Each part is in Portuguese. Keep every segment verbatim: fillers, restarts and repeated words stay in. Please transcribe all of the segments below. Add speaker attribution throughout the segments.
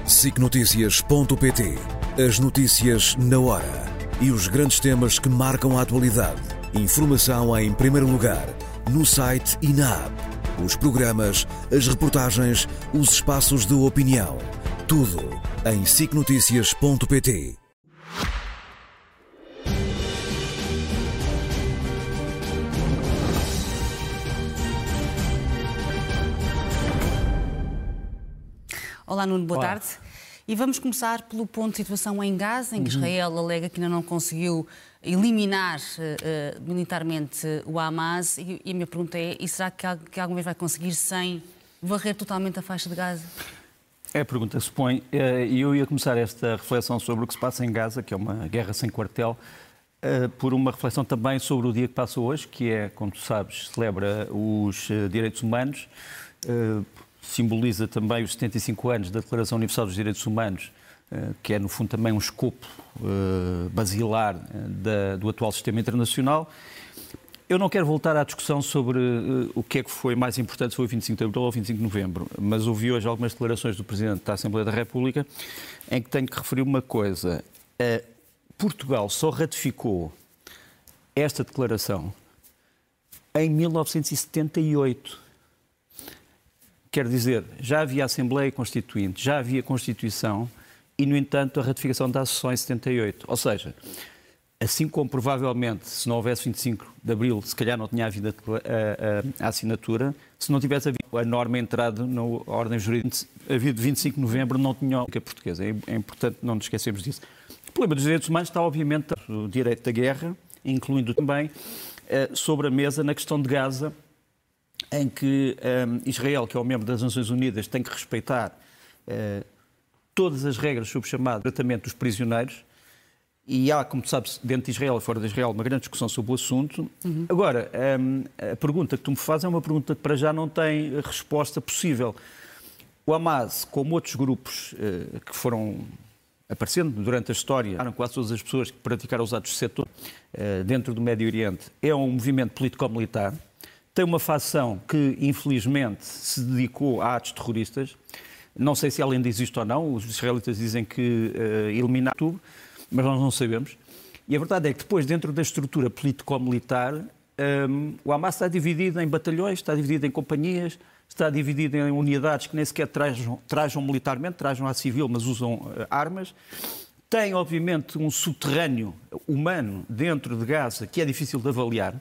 Speaker 1: sic notícias ponto pt. As notícias na hora e os grandes temas que marcam a atualidade. Informação em primeiro lugar, no site e na app. Os programas, as reportagens, os espaços de opinião. Tudo em sic notícias ponto pt.
Speaker 2: Olá, Nuno, boa
Speaker 3: Olá.
Speaker 2: tarde. E vamos começar pelo ponto de situação em Gaza, em que Israel alega que ainda não conseguiu eliminar uh, militarmente o Hamas. E, e a minha pergunta é, e será que, que alguma vez vai conseguir sem varrer totalmente a faixa de Gaza?
Speaker 3: É a pergunta que se põe. E eu ia começar esta reflexão sobre o que se passa em Gaza, que é uma guerra sem quartel, por uma reflexão também sobre o dia que passa hoje, que é, como tu sabes, celebra os direitos humanos, simboliza também os setenta e cinco anos da Declaração Universal dos Direitos Humanos, que é, no fundo, também um escopo basilar da, do atual sistema internacional. Eu não quero voltar à discussão sobre o que é que foi mais importante, se foi o vinte e cinco de abril ou o vinte e cinco de novembro, mas ouvi hoje algumas declarações do Presidente da Assembleia da República em que tenho que referir uma coisa. Portugal só ratificou esta declaração em mil novecentos e setenta e oito. Quer dizer, já havia Assembleia Constituinte, já havia Constituição e, no entanto, a ratificação dá-se só em setenta e oito. Ou seja, assim como provavelmente, se não houvesse vinte e cinco de abril, se calhar não tinha havido a, a, a assinatura, se não tivesse havido a norma entrada na ordem jurídica, havido vinte e cinco de novembro, não tinha a portuguesa. É, é importante não nos esquecermos disso. O problema dos direitos humanos está, obviamente, o direito da guerra, incluindo também sobre a mesa na questão de Gaza, em que um, Israel, que é um membro das Nações Unidas, tem que respeitar uh, todas as regras sobre o chamado tratamento dos prisioneiros. E há, como tu sabes, dentro de Israel e fora de Israel, uma grande discussão sobre o assunto. Uhum. Agora, um, a pergunta que tu me fazes é uma pergunta que para já não tem resposta possível. O Hamas, como outros grupos uh, que foram aparecendo durante a história, quase todas as pessoas que praticaram os atos de setor uh, dentro do Médio Oriente, é um movimento político-militar. Tem uma facção que, infelizmente, se dedicou a atos terroristas. Não sei se ela ainda existe ou não. Os israelitas dizem que uh, eliminaram tudo, mas nós não sabemos. E a verdade é que depois, dentro da estrutura político-militar, um, o Hamas está dividido em batalhões, está dividido em companhias, está dividido em unidades que nem sequer trajam, trajam militarmente, trajam à civil, mas usam uh, armas. Tem, obviamente, um subterrâneo humano dentro de Gaza que é difícil de avaliar.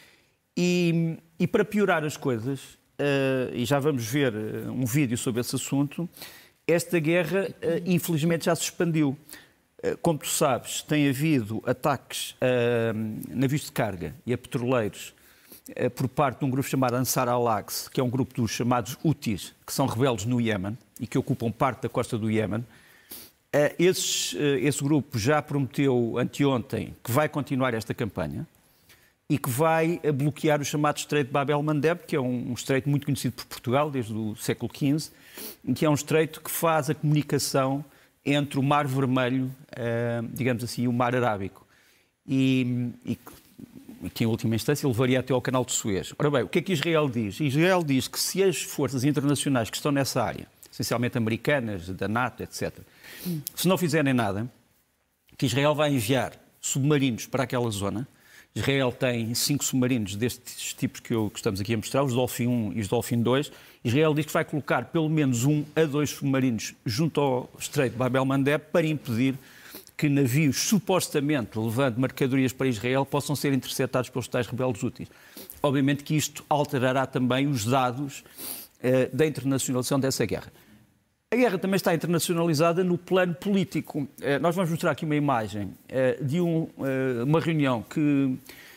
Speaker 3: E, e para piorar as coisas, uh, e já vamos ver uh, um vídeo sobre esse assunto, esta guerra, uh, infelizmente, já se expandiu. Uh, como tu sabes, tem havido ataques a uh, navios de carga e a petroleiros uh, por parte de um grupo chamado Ansar al-Aqsa, que é um grupo dos chamados Houthis, que são rebeldes no Iémen e que ocupam parte da costa do Iémen. Uh, esses, uh, esse grupo já prometeu anteontem que vai continuar esta campanha e que vai bloquear o chamado Estreito de Bab el-Mandeb, que é um, um estreito muito conhecido por Portugal desde o século quinze, que é um estreito que faz a comunicação entre o Mar Vermelho, uh, digamos assim, e o Mar Arábico. E, e que, em última instância, levaria até ao Canal de Suez. Ora bem, o que é que Israel diz? Israel diz que se as forças internacionais que estão nessa área, essencialmente americanas, da NATO, etcétera, hum. se não fizerem nada, que Israel vai enviar submarinos para aquela zona. Israel tem cinco submarinos destes tipos que, eu, que estamos aqui a mostrar, os Dolphin um e os Dolphin dois. Israel diz que vai colocar pelo menos um a dois submarinos junto ao Estreito de Bab el-Mandeb para impedir que navios supostamente levando mercadorias para Israel possam ser interceptados pelos tais rebeldes Houthis. Obviamente que isto alterará também os dados uh, da internacionalização dessa guerra. A guerra também está internacionalizada no plano político. Nós vamos mostrar aqui uma imagem de um, uma reunião que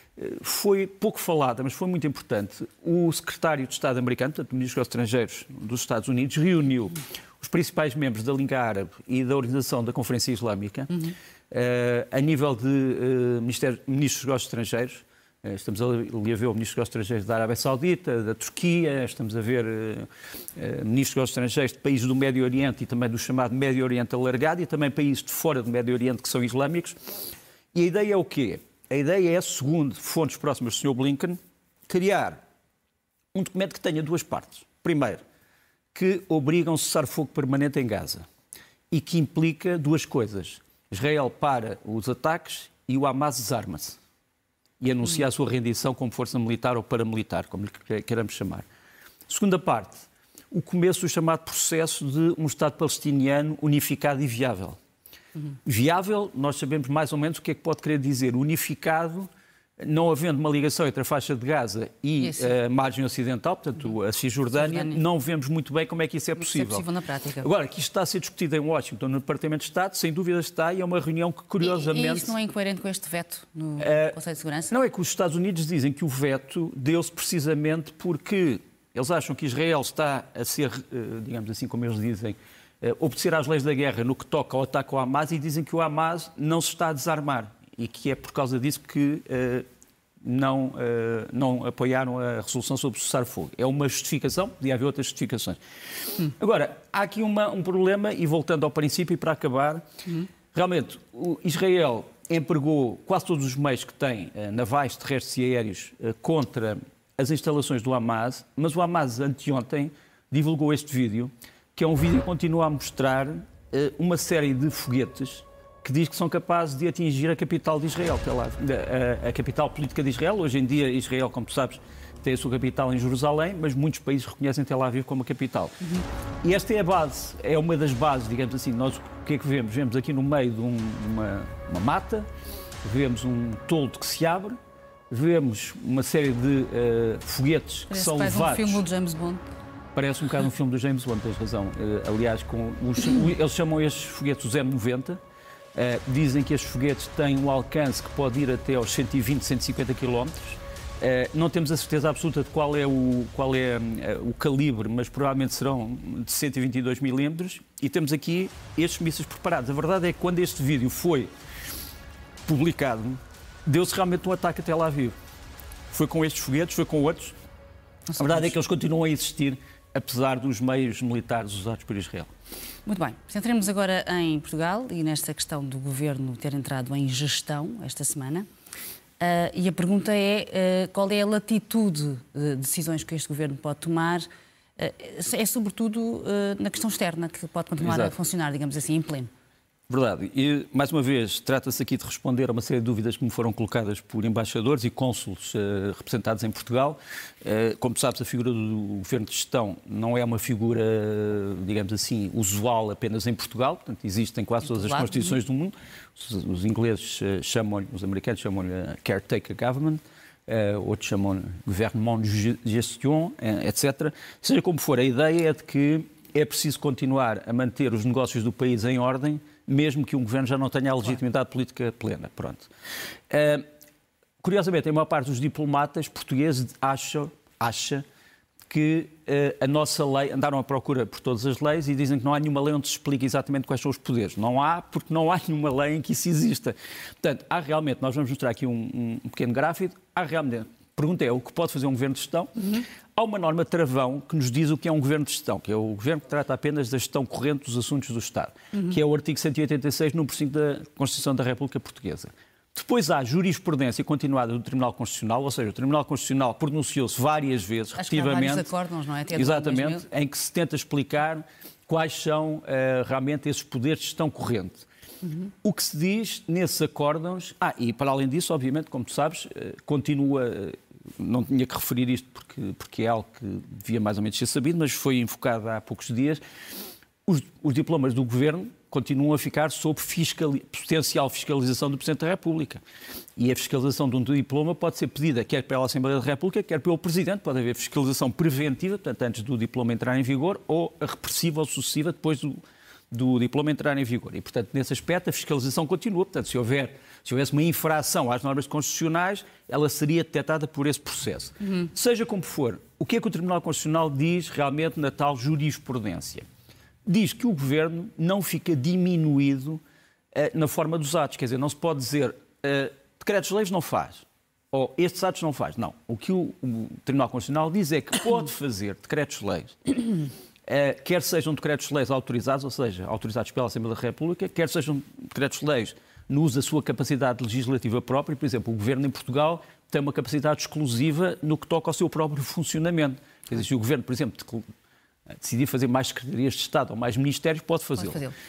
Speaker 3: foi pouco falada, mas foi muito importante. O secretário de Estado americano, portanto, o ministro dos Estrangeiros dos Estados Unidos, reuniu os principais membros da Liga Árabe e da Organização da Conferência Islâmica, uhum. a nível de ministros dos Estrangeiros. Estamos ali a ver o Ministro dos Estrangeiros da Arábia Saudita, da Turquia, estamos a ver uh, Ministros dos Estrangeiros de países do Médio Oriente e também do chamado Médio Oriente alargado e também países de fora do Médio Oriente que são islâmicos. E a ideia é o quê? A ideia é, segundo fontes próximas do senhor Blinken, criar um documento que tenha duas partes. Primeiro, que obriga a um cessar-fogo permanente em Gaza. e que implica duas coisas. Israel para os ataques e o Hamas desarma-se e anuncia a sua rendição como força militar ou paramilitar, como lhe queiramos chamar. Segunda parte, o começo do chamado processo de um Estado palestiniano unificado e viável. Uhum. Viável, nós sabemos mais ou menos o que é que pode querer dizer. Unificado, não havendo uma ligação entre a faixa de Gaza e a margem ocidental, portanto a Cisjordânia, Cisjordânia, não vemos muito bem como é que isso é possível. Isso é possível
Speaker 2: na prática.
Speaker 3: Agora, que isto está a ser discutido em Washington, no Departamento de Estado, sem dúvida está, e é uma reunião que, curiosamente...
Speaker 2: E, e isso não é incoerente com este veto no uh, Conselho de Segurança?
Speaker 3: Não, é que os Estados Unidos dizem que o veto deu-se precisamente porque eles acham que Israel está a ser, digamos assim, como eles dizem, obedecer às leis da guerra no que toca ao ataque ao Hamas, e dizem que o Hamas não se está a desarmar e que é por causa disso que uh, não, uh, não apoiaram a resolução sobre o cessar-fogo. É uma justificação, podia haver outras justificações. Hum. Agora, há aqui uma, um problema, e voltando ao princípio e para acabar, hum. realmente o Israel empregou quase todos os meios que tem, uh, navais, terrestres e aéreos, uh, contra as instalações do Hamas, mas o Hamas anteontem divulgou este vídeo, que é um vídeo que continua a mostrar uh, uma série de foguetes que diz que são capazes de atingir a capital de Israel, a, a, a capital política de Israel. Hoje em dia, Israel, como sabes, tem a sua capital em Jerusalém, mas muitos países reconhecem Tel Aviv como a capital. Uhum. E esta é a base, é uma das bases, digamos assim. Nós o que é que vemos? Vemos aqui no meio de um, uma, uma mata, vemos um toldo que se abre, vemos uma série de uh, foguetes
Speaker 2: Parece
Speaker 3: que são
Speaker 2: que faz
Speaker 3: levados...
Speaker 2: um filme do James Bond.
Speaker 3: Parece um bocado um filme do James Bond, tens razão. Uh, aliás, com os, eles chamam estes foguetes os M noventa. Uh, dizem que estes foguetes têm um alcance que pode ir até aos cento e vinte, cento e cinquenta quilómetros. Uh, não temos a certeza absoluta de qual é, o, qual é uh, o calibre, mas provavelmente serão de cento e vinte e dois milímetros. E temos aqui estes mísseis preparados. A verdade é que quando este vídeo foi publicado, deu-se realmente um ataque a Tel Aviv. Foi com estes foguetes, foi com outros. A verdade é que eles continuam a existir, apesar dos meios militares usados por Israel.
Speaker 2: Muito bem. Centremos agora em Portugal e nesta questão do Governo ter entrado em gestão esta semana. Uh, e a pergunta é uh, qual é a latitude de decisões que este Governo pode tomar? Uh, é sobretudo uh, na questão externa que pode continuar Exato. a funcionar, digamos assim, em pleno.
Speaker 3: Verdade. E, mais uma vez, trata-se aqui de responder a uma série de dúvidas que me foram colocadas por embaixadores e cônsules uh, representados em Portugal. Uh, como sabes, a figura do Governo de Gestão não é uma figura, digamos assim, usual apenas em Portugal. Portanto, existe em quase todas as constituições do mundo. Os, os ingleses uh, chamam-lhe, os americanos chamam-lhe caretaker government, uh, outros chamam-lhe gouvernement de gestion, uh, etcétera. Seja como for, a ideia é de que é preciso continuar a manter os negócios do país em ordem, mesmo que um governo já não tenha a legitimidade política plena. Pronto. Uh, curiosamente, a maior parte dos diplomatas portugueses acha, acha que uh, a nossa lei, andaram à procura por todas as leis e dizem que não há nenhuma lei onde se explique exatamente quais são os poderes. Não há, porque não há nenhuma lei em que isso exista. Portanto, há realmente, nós vamos mostrar aqui um, um pequeno gráfico, há realmente, a pergunta é o que pode fazer um governo de gestão. Uhum. Há uma norma travão que nos diz o que é um governo de gestão, que é o governo que trata apenas da gestão corrente dos assuntos do Estado, uhum. que é o artigo cento e oitenta e seis, número cinco da Constituição da República Portuguesa. Depois há jurisprudência continuada do Tribunal Constitucional, ou seja, o Tribunal Constitucional pronunciou-se várias vezes,
Speaker 2: Acho repetidamente, que há vários acórdãos, não é? Até
Speaker 3: exatamente, em que se tenta explicar quais são uh, realmente esses poderes de gestão corrente. Uhum. O que se diz nesses acórdãos... Ah, e para além disso, obviamente, como tu sabes, uh, continua... Uh, não tinha que referir isto porque, porque é algo que devia mais ou menos ser sabido, mas foi invocado há poucos dias. Os, os diplomas do Governo continuam a ficar sob fiscali- potencial fiscalização do Presidente da República. E a fiscalização de um diploma pode ser pedida quer pela Assembleia da República, quer pelo Presidente. Pode haver fiscalização preventiva, portanto, antes do diploma entrar em vigor, ou a repressiva ou sucessiva depois do, do diploma entrar em vigor. E, portanto, nesse aspecto, a fiscalização continua. Portanto, se houver... Se houvesse uma infração às normas constitucionais, ela seria detectada por esse processo. Uhum. Seja como for, o que é que o Tribunal Constitucional diz realmente na tal jurisprudência? Diz que o Governo não fica diminuído uh, na forma dos atos. Quer dizer, não se pode dizer uh, decretos-leis não faz, ou estes atos não faz. Não. O que o, o Tribunal Constitucional diz é que pode fazer decretos-leis, uh, quer sejam decretos-leis autorizados, ou seja, autorizados pela Assembleia da República, quer sejam decretos-leis no uso da sua capacidade legislativa própria. Por exemplo, o Governo em Portugal tem uma capacidade exclusiva no que toca ao seu próprio funcionamento. Quer dizer, se o Governo, por exemplo, decidir fazer mais secretarias de Estado ou mais ministérios, pode fazê-lo. Pode fazê-lo.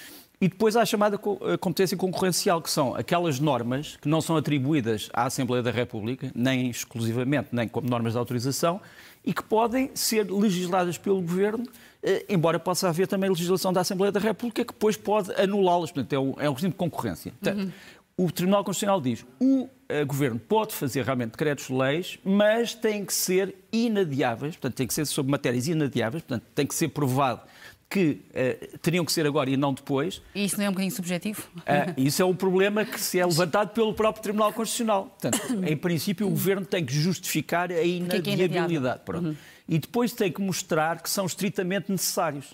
Speaker 3: E depois há a chamada competência concorrencial, que são aquelas normas que não são atribuídas à Assembleia da República, nem exclusivamente, nem como normas de autorização, e que podem ser legisladas pelo Governo, embora possa haver também legislação da Assembleia da República que depois pode anulá-las. Portanto, é um, é um regime de concorrência. Portanto, uhum. O Tribunal Constitucional diz que o uh, Governo pode fazer realmente decretos-leis, mas têm que ser inadiáveis, portanto, tem que ser sobre matérias inadiáveis, portanto, tem que ser provado que uh, teriam que ser agora e não depois.
Speaker 2: E isso não é um bocadinho subjetivo?
Speaker 3: Uh, isso é um problema que se é levantado pelo próprio Tribunal Constitucional. Portanto, em princípio, o Governo tem que justificar a inadiabilidade. Pronto. Uhum. E depois tem que mostrar que são estritamente necessários.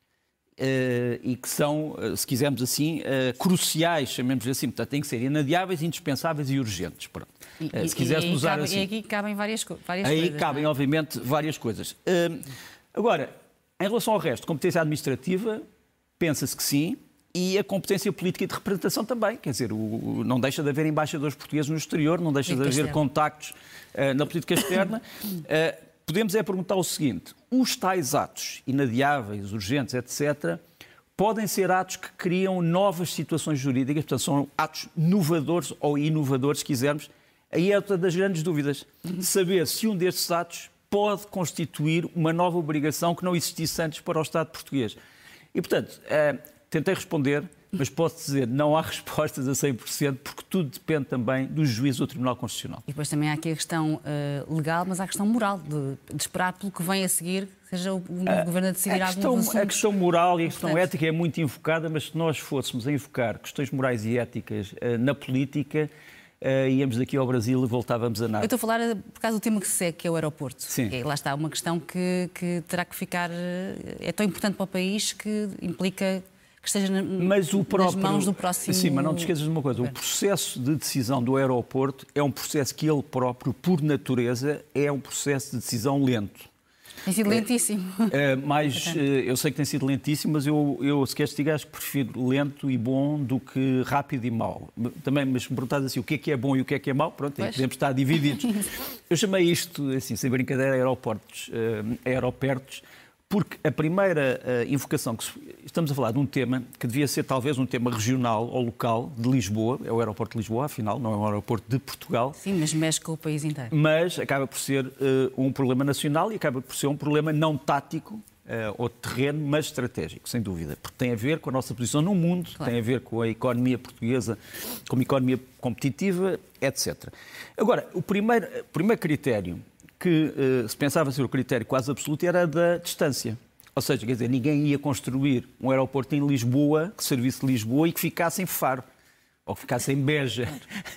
Speaker 3: Uh, e que são, uh, se quisermos assim, uh, cruciais, chamemos assim. Portanto, têm que ser inadiáveis, indispensáveis e urgentes. Pronto.
Speaker 2: E,
Speaker 3: uh, se quisermos usar
Speaker 2: cabe,
Speaker 3: assim.
Speaker 2: E aqui cabem várias, várias
Speaker 3: aí
Speaker 2: coisas. Aí
Speaker 3: cabem,
Speaker 2: não é?
Speaker 3: obviamente, várias coisas. Uh, agora, em relação ao resto, competência administrativa, pensa-se que sim, e a competência política e de representação também. Quer dizer, o, não deixa de haver embaixadores portugueses no exterior, não deixa de haver externa. contactos uh, na política externa. Uh, podemos é perguntar o seguinte: os tais atos inadiáveis, urgentes, etcétera, podem ser atos que criam novas situações jurídicas, portanto, são atos inovadores ou inovadores, se quisermos. Aí é outra das grandes dúvidas, de saber se um destes atos pode constituir uma nova obrigação que não existisse antes para o Estado português. E, portanto, eh, tentei responder, mas posso dizer, não há respostas a cem por cento, porque tudo depende também do juízo do Tribunal Constitucional. E
Speaker 2: depois também há aqui a questão uh, legal, mas há a questão moral, de, de esperar pelo que vem a seguir, seja o novo uh, Governo a decidir
Speaker 3: a questão,
Speaker 2: alguns assuntos.
Speaker 3: A questão moral e a questão ética é muito invocada, mas se nós fôssemos a invocar questões morais e éticas uh, na política, Uh, íamos daqui ao Brasil e voltávamos a nada.
Speaker 2: Eu estou a falar por causa do tema que se segue, que é o aeroporto.
Speaker 3: Sim.
Speaker 2: E lá está, uma questão que, que terá que ficar... É tão importante para o país que implica que esteja na,
Speaker 3: mas o próprio,
Speaker 2: nas mãos do próximo...
Speaker 3: Sim, mas não te esqueças de uma coisa. O processo de decisão do aeroporto é um processo que ele próprio, por natureza, é um processo de decisão lento.
Speaker 2: Tem sido lentíssimo.
Speaker 3: É, é, mas eu sei que tem sido lentíssimo, mas eu, eu se queres dizer, acho que prefiro lento e bom do que rápido e mau. Também, mas se me perguntares assim, o que é que é bom e o que é que é mau, pronto, aí podemos estar divididos. Eu chamei isto, assim, sem brincadeira, aeroportos, uh, aeropertos, porque a primeira uh, invocação, que estamos a falar de um tema que devia ser talvez um tema regional ou local de Lisboa, é o aeroporto de Lisboa, afinal, não é um aeroporto de Portugal.
Speaker 2: Sim, mas mexe com o país inteiro.
Speaker 3: Mas acaba por ser uh, um problema nacional e acaba por ser um problema não tático uh, ou terreno, mas estratégico, sem dúvida. Porque tem a ver com a nossa posição no mundo, claro. Tem a ver com a economia portuguesa, com uma economia competitiva, etcétera. Agora, o primeiro, primeiro critério que uh, se pensava ser o critério quase absoluto era da distância. Ou seja, quer dizer, ninguém ia construir um aeroporto em Lisboa, que servisse Lisboa e que ficasse em Faro, ou que ficasse em Beja,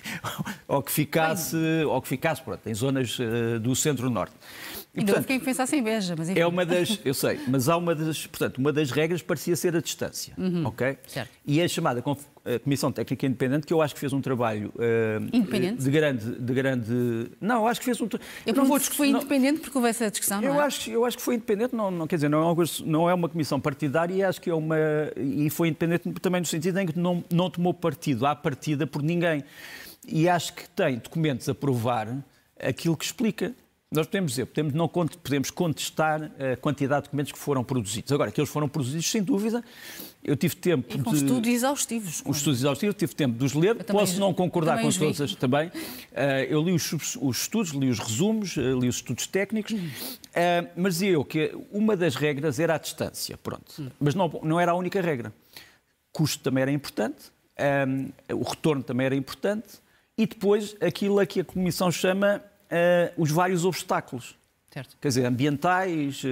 Speaker 3: ou que ficasse, ou que ficasse pronto, em zonas uh, do centro-norte.
Speaker 2: E ainda houve quem pensasse em Beja, mas enfim.
Speaker 3: É uma das, eu sei, mas há uma das, portanto, uma das regras parecia ser a distância, uhum, ok? Certo. E a chamada Comissão Técnica Independente, que eu acho que fez um trabalho uh,
Speaker 2: independente?
Speaker 3: de grande, de grande, não, eu acho que fez um.
Speaker 2: Eu não vou discutir. Foi independente não, porque houve essa discussão, não
Speaker 3: eu
Speaker 2: é?
Speaker 3: acho, eu acho que foi independente, não, não quer dizer, não é, uma, não é uma comissão partidária, e acho que é uma, e foi independente também no sentido em que não, não tomou partido à partida por ninguém, e acho que tem documentos a provar aquilo que explica. Nós podemos dizer, podemos, não, podemos contestar a quantidade de documentos que foram produzidos. Agora, que eles foram produzidos, sem dúvida, eu tive tempo
Speaker 2: e com
Speaker 3: de...
Speaker 2: estudos exaustivos.
Speaker 3: Com estudos exaustivos, tive tempo de os ler. Eu Posso também, não concordar com todas as também. Uh, eu li os, os estudos, li os resumos, uh, li os estudos técnicos, uh, mas dizia eu que uma das regras era a distância, pronto. Hum. Mas não, não era a única regra. O custo também era importante, um, o retorno também era importante, e depois aquilo a que a Comissão chama... Uh, os vários obstáculos, certo. Quer dizer, ambientais,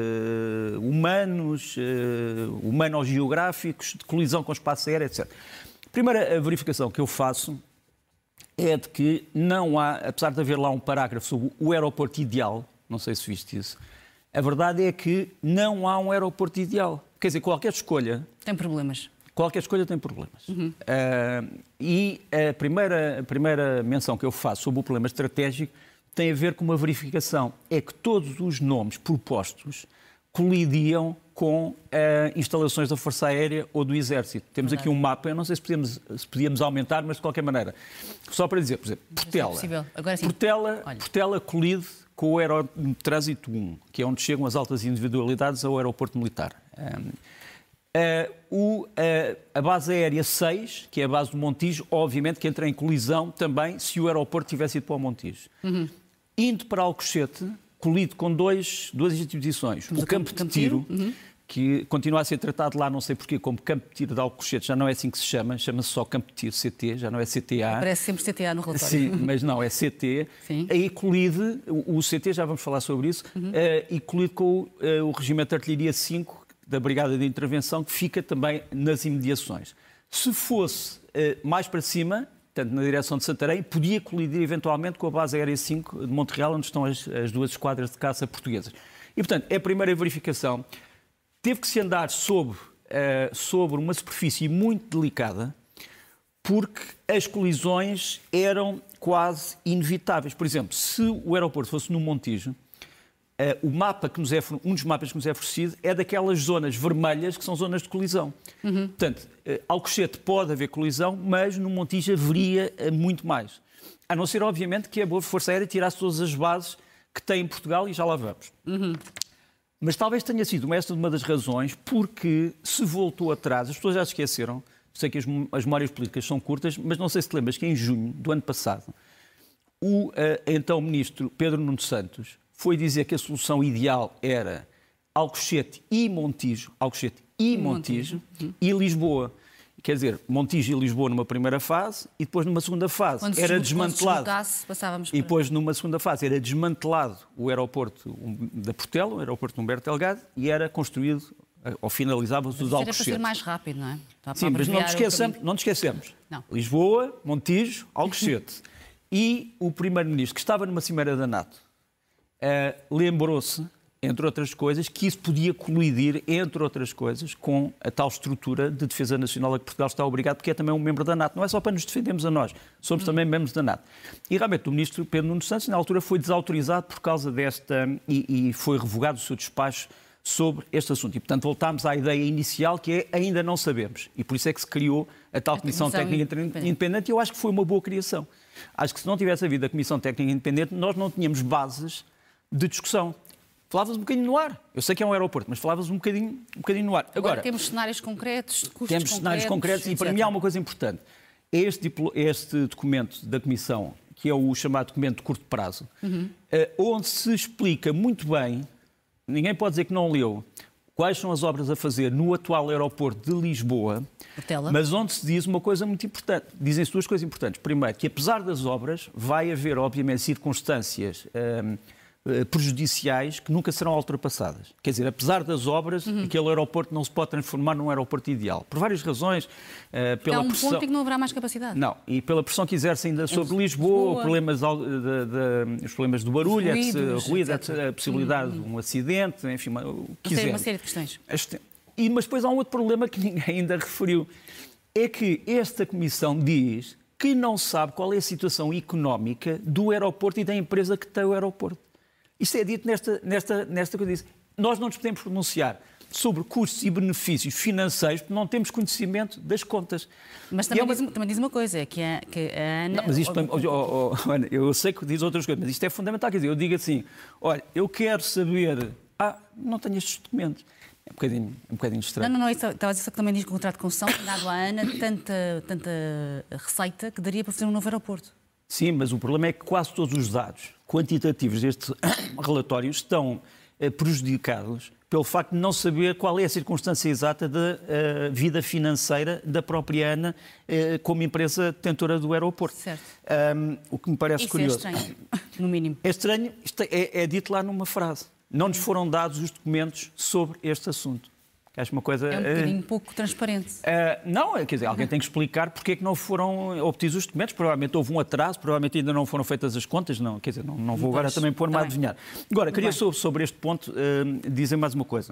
Speaker 3: uh, humanos, uh, humano-geográficos, de colisão com o espaço aéreo, etcétera. A primeira verificação que eu faço é de que não há, apesar de haver lá um parágrafo sobre o aeroporto ideal, não sei se viste isso, a verdade é que não há um aeroporto ideal. Quer dizer, qualquer escolha...
Speaker 2: Tem problemas.
Speaker 3: Qualquer escolha tem problemas. Uhum. Uh, e a primeira, a primeira menção que eu faço sobre o problema estratégico tem a ver com uma verificação. É que todos os nomes propostos colidiam com uh, instalações da Força Aérea ou do Exército. Temos Verdade. Aqui um mapa, eu não sei se podíamos, se podíamos aumentar, mas de qualquer maneira. Só para dizer, por exemplo, Portela. É Agora sim. Portela, Portela colide com o Aerotrânsito um, que é onde chegam as altas individualidades ao aeroporto militar. Um, Uh, o, uh, a base aérea seis, que é a base do Montijo, obviamente que entra em colisão também se o aeroporto tivesse ido para o Montijo. Uhum. Indo para Alcochete, colido com dois, duas instituições. O, o campo, campo de tiro, uhum. que continua a ser tratado lá, não sei porquê, como campo de tiro de Alcochete, já não é assim que se chama, chama-se só campo de tiro C T, já não é C T A.
Speaker 2: Parece sempre C T A no relatório.
Speaker 3: Sim, mas não, é C T. Sim. Aí colide, o, o C T, já vamos falar sobre isso, uhum. uh, e colide com uh, o Regimento de Artilharia cinco da Brigada de Intervenção, que fica também nas imediações. Se fosse uh, mais para cima, portanto, na direção de Santarém, podia colidir eventualmente com a base aérea cinco de Montreal, onde estão as, as duas esquadras de caça portuguesas. E, portanto, é a primeira verificação. Teve que se andar sobre, uh, sobre uma superfície muito delicada, porque as colisões eram quase inevitáveis. Por exemplo, se o aeroporto fosse no Montijo, Uh, o mapa que nos é, um dos mapas que nos é oferecido é daquelas zonas vermelhas que são zonas de colisão. Uhum. Portanto, uh, Alcochete pode haver colisão, mas no Montijo haveria uh, muito mais. A não ser, obviamente, que a Boa Força Aérea tirasse todas as bases que tem em Portugal e já lá vamos. Uhum. Mas talvez tenha sido esta uma das razões porque se voltou atrás, as pessoas já se esqueceram, sei que as, as memórias políticas são curtas, mas não sei se te lembras que em junho do ano passado o uh, então ministro Pedro Nuno Santos foi dizer que a solução ideal era Alcochete e Montijo, Alcochete e Montijo, Montijo. e Lisboa. Quer dizer, Montijo e Lisboa numa primeira fase e depois numa segunda fase
Speaker 2: quando
Speaker 3: era
Speaker 2: se,
Speaker 3: desmantelado.
Speaker 2: Passávamos para...
Speaker 3: E depois numa segunda fase era desmantelado o aeroporto da Portela, o aeroporto Humberto Delgado, e era construído, ou finalizava-se os Alcochete.
Speaker 2: Era para ser mais rápido, não é?
Speaker 3: Sim, mas não nos esqueçamos, não nos esquecemos. Não. Lisboa, Montijo, Alcochete. E o primeiro-ministro, que estava numa cimeira da NATO, Uh, lembrou-se, entre outras coisas, que isso podia colidir, entre outras coisas, com a tal estrutura de defesa nacional a que Portugal está obrigado, porque é também um membro da NATO. Não é só para nos defendermos a nós, somos também membros da NATO. E realmente o ministro Pedro Nuno Santos, na altura, foi desautorizado por causa desta... e, e foi revogado o seu despacho sobre este assunto. E, portanto, voltámos à ideia inicial, que é ainda não sabemos. E por isso é que se criou a tal a Comissão, Comissão Técnica Independente. Independente. E eu acho que foi uma boa criação. Acho que se não tivesse havido a Comissão Técnica Independente, nós não tínhamos bases de discussão. Falavas um bocadinho no ar. Eu sei que é um aeroporto, mas falavas um bocadinho, um bocadinho no ar. Agora,
Speaker 2: Agora temos cenários concretos, custos
Speaker 3: temos cenários concretos e para mim há uma coisa importante. Este, este documento da Comissão, que é o chamado documento de curto prazo, uhum. onde se explica muito bem, ninguém pode dizer que não leu, quais são as obras a fazer no atual aeroporto de Lisboa, Portela. Mas onde se diz uma coisa muito importante. Dizem-se duas coisas importantes. Primeiro, que apesar das obras, vai haver, obviamente, circunstâncias... Hum, prejudiciais que nunca serão ultrapassadas. Quer dizer, apesar das obras, uhum. aquele aeroporto não se pode transformar num aeroporto ideal. Por várias razões. Uh, pela
Speaker 2: Há um
Speaker 3: pressão...
Speaker 2: ponto em que não haverá mais capacidade.
Speaker 3: Não, e pela pressão que exerce ainda sobre é Lisboa, Lisboa. Problemas, de, de, de, os problemas do barulho, ruídos, ruído, a possibilidade uhum. de um acidente, enfim, o que quiser.
Speaker 2: Uma série de questões.
Speaker 3: E, mas depois há um outro problema que ninguém ainda referiu. É que esta comissão diz que não sabe qual é a situação económica do aeroporto e da empresa que tem o aeroporto. Isto é dito nesta, nesta, nesta coisa. Nós não nos podemos pronunciar sobre custos e benefícios financeiros porque não temos conhecimento das contas.
Speaker 2: Mas também, é uma... diz, também diz uma coisa, que a, que a Ana...
Speaker 3: Não, mas isto, oh, oh, oh, Ana, eu sei que diz outras coisas, mas isto é fundamental. Quer dizer, eu digo assim, olha, eu quero saber... Ah, não tenho estes documentos. É um bocadinho, é um bocadinho estranho.
Speaker 2: Não, não, não, estava a dizer só que também diz que o contrato de concessão tem dado à Ana tanta, tanta receita que daria para fazer um novo aeroporto.
Speaker 3: Sim, mas o problema é que quase todos os dados quantitativos deste relatório estão eh, prejudicados pelo facto de não saber qual é a circunstância exata da uh, vida financeira da própria ANA uh, como empresa detentora do aeroporto.
Speaker 2: Certo.
Speaker 3: Um, o que me parece
Speaker 2: Isso
Speaker 3: curioso.
Speaker 2: É estranho, no mínimo.
Speaker 3: É estranho, isto é, é dito lá numa frase. Não nos foram dados os documentos sobre este assunto. Acho uma coisa...
Speaker 2: É um bocadinho uh, pouco transparente.
Speaker 3: Uh, não, quer dizer, alguém tem que explicar porque é que não foram obtidos os documentos. Provavelmente houve um atraso, provavelmente ainda não foram feitas as contas. Não, quer dizer, não, não vou agora também pôr-me a adivinhar. Agora, queria sobre, sobre este ponto uh, dizer mais uma coisa.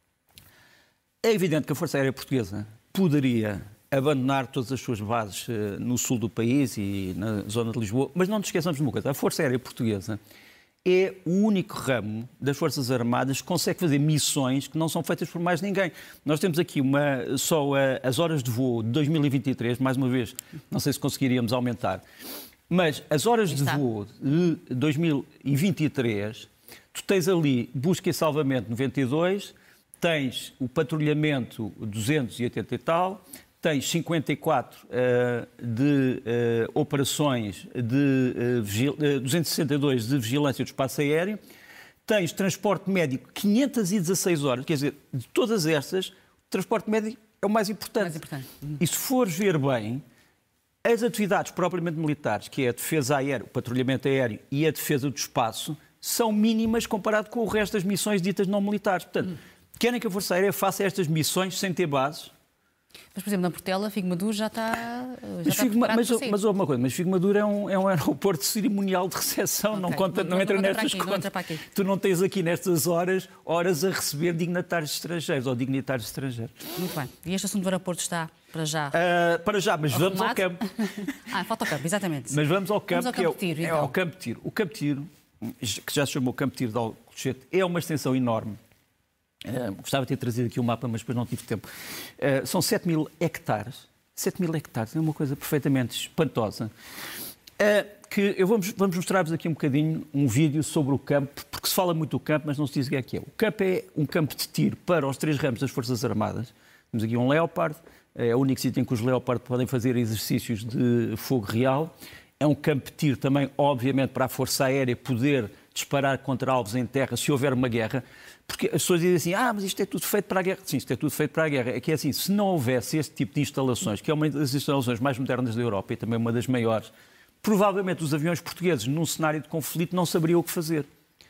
Speaker 3: É evidente que a Força Aérea Portuguesa poderia abandonar todas as suas bases uh, no sul do país e na zona de Lisboa, mas não nos esqueçamos de uma coisa. A Força Aérea Portuguesa é o único ramo das Forças Armadas que consegue fazer missões que não são feitas por mais ninguém. Nós temos aqui uma, só a, as horas de voo de dois mil e vinte e três, mais uma vez, não sei se conseguiríamos aumentar, mas as horas de voo de dois mil e vinte e três, tu tens ali busca e salvamento noventa e dois, tens o patrulhamento duzentos e oitenta e tal, tens cinquenta e quatro uh, de uh, operações, de, uh, vigil... uh, duzentos e sessenta e dois de vigilância do espaço aéreo, tens transporte médico quinhentas e dezasseis horas, quer dizer, de todas estas, o transporte médico é o mais importante.
Speaker 2: Mais importante.
Speaker 3: E se fores ver bem, as atividades propriamente militares, que é a defesa aérea, o patrulhamento aéreo e a defesa do espaço, são mínimas comparado com o resto das missões ditas não militares. Portanto, hum. querem que a Força Aérea faça estas missões sem ter bases?
Speaker 2: Mas, por exemplo, na Portela, Figo Maduro já está, já
Speaker 3: mas,
Speaker 2: está
Speaker 3: Figo, mas,
Speaker 2: para
Speaker 3: mas houve uma coisa, mas Figo Maduro é um, é um aeroporto cerimonial de recepção, okay. não, conta, não, não entra não nestas aqui, contas. Não entra tu não tens aqui nestas horas, horas a receber dignatários estrangeiros ou dignitários estrangeiros.
Speaker 2: Muito bem. E este assunto do aeroporto está para já?
Speaker 3: Uh, para já, mas vamos ao campo.
Speaker 2: ah, falta o campo, exatamente.
Speaker 3: Mas vamos ao campo,
Speaker 2: vamos ao
Speaker 3: que
Speaker 2: campo
Speaker 3: é,
Speaker 2: tiro,
Speaker 3: é
Speaker 2: então.
Speaker 3: ao campo de tiro. O campo de tiro, que já se chamou Campo de Tiro de Alcochete, é uma extensão enorme. Uh, gostava de ter trazido aqui o mapa, mas depois não tive tempo. Uh, são sete mil hectares. sete mil hectares é uma coisa perfeitamente espantosa. Uh, que eu vamos, vamos mostrar-vos aqui um bocadinho um vídeo sobre o campo, porque se fala muito do campo, mas não se diz o que é que é. O campo é um campo de tiro para os três ramos das Forças Armadas. Temos aqui um Leopard, é o único sítio em que os Leopard podem fazer exercícios de fogo real. É um campo de tiro também, obviamente, para a Força Aérea poder disparar contra alvos em terra se houver uma guerra. Porque as pessoas dizem assim, ah, mas isto é tudo feito para a guerra. Sim, isto é tudo feito para a guerra. É que é assim, se não houvesse este tipo de instalações, que é uma das instalações mais modernas da Europa e também uma das maiores, provavelmente os aviões portugueses, num cenário de conflito, não saberiam o que fazer.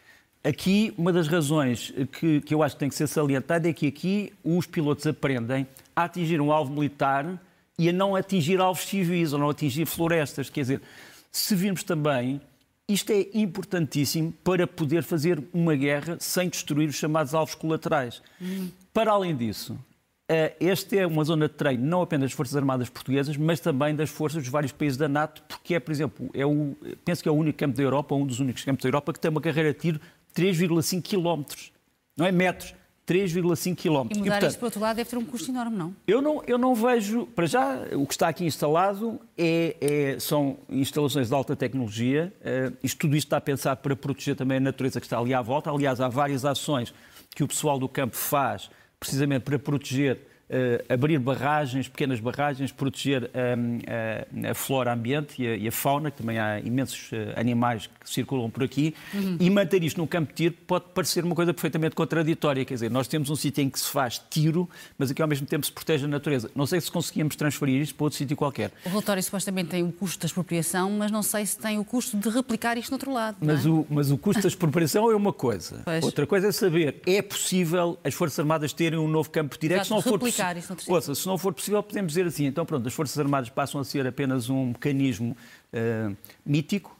Speaker 3: Aqui, uma das razões que, que eu acho que tem que ser salientada é que aqui os pilotos aprendem a atingir um alvo militar e a não atingir alvos civis ou não atingir florestas. Quer dizer, se virmos também... Isto é importantíssimo para poder fazer uma guerra sem destruir os chamados alvos colaterais. Hum. Para além disso, esta é uma zona de treino não apenas das Forças Armadas Portuguesas, mas também das forças dos vários países da NATO, porque é, por exemplo, é o, penso que é o único campo da Europa, um dos únicos campos da Europa, que tem uma carreira de tiro de três vírgula cinco quilómetros. Não é metros. três vírgula cinco quilómetros.
Speaker 2: E mudar e, portanto, isto, por outro lado, deve ter um custo enorme, não?
Speaker 3: Eu não, eu não vejo... Para já, o que está aqui instalado é, é, são instalações de alta tecnologia. Uh, isto, tudo isto está pensado para proteger também a natureza que está ali à volta. Aliás, há várias ações que o pessoal do campo faz precisamente para proteger, uh, abrir barragens, pequenas barragens, proteger um, a, a flora ambiente e a, e a fauna, que também há imensos uh, animais que circulam por aqui, uhum. e manter isto num campo de tiro pode parecer uma coisa perfeitamente contraditória. Quer dizer, nós temos um sítio em que se faz tiro, mas aqui ao mesmo tempo se protege a natureza. Não sei se conseguimos transferir isto para outro sítio qualquer.
Speaker 2: O relatório supostamente tem o custo da expropriação, mas não sei se tem o custo de replicar isto no outro lado.
Speaker 3: Mas,
Speaker 2: não é?
Speaker 3: o, mas o custo da expropriação é uma coisa. Pois. Outra coisa é saber, é possível as Forças Armadas terem um novo campo de tiro? É que se não for
Speaker 2: replicar isto no
Speaker 3: Ouça, se não for possível, podemos dizer assim, então pronto, as Forças Armadas passam a ser apenas um mecanismo uh, mítico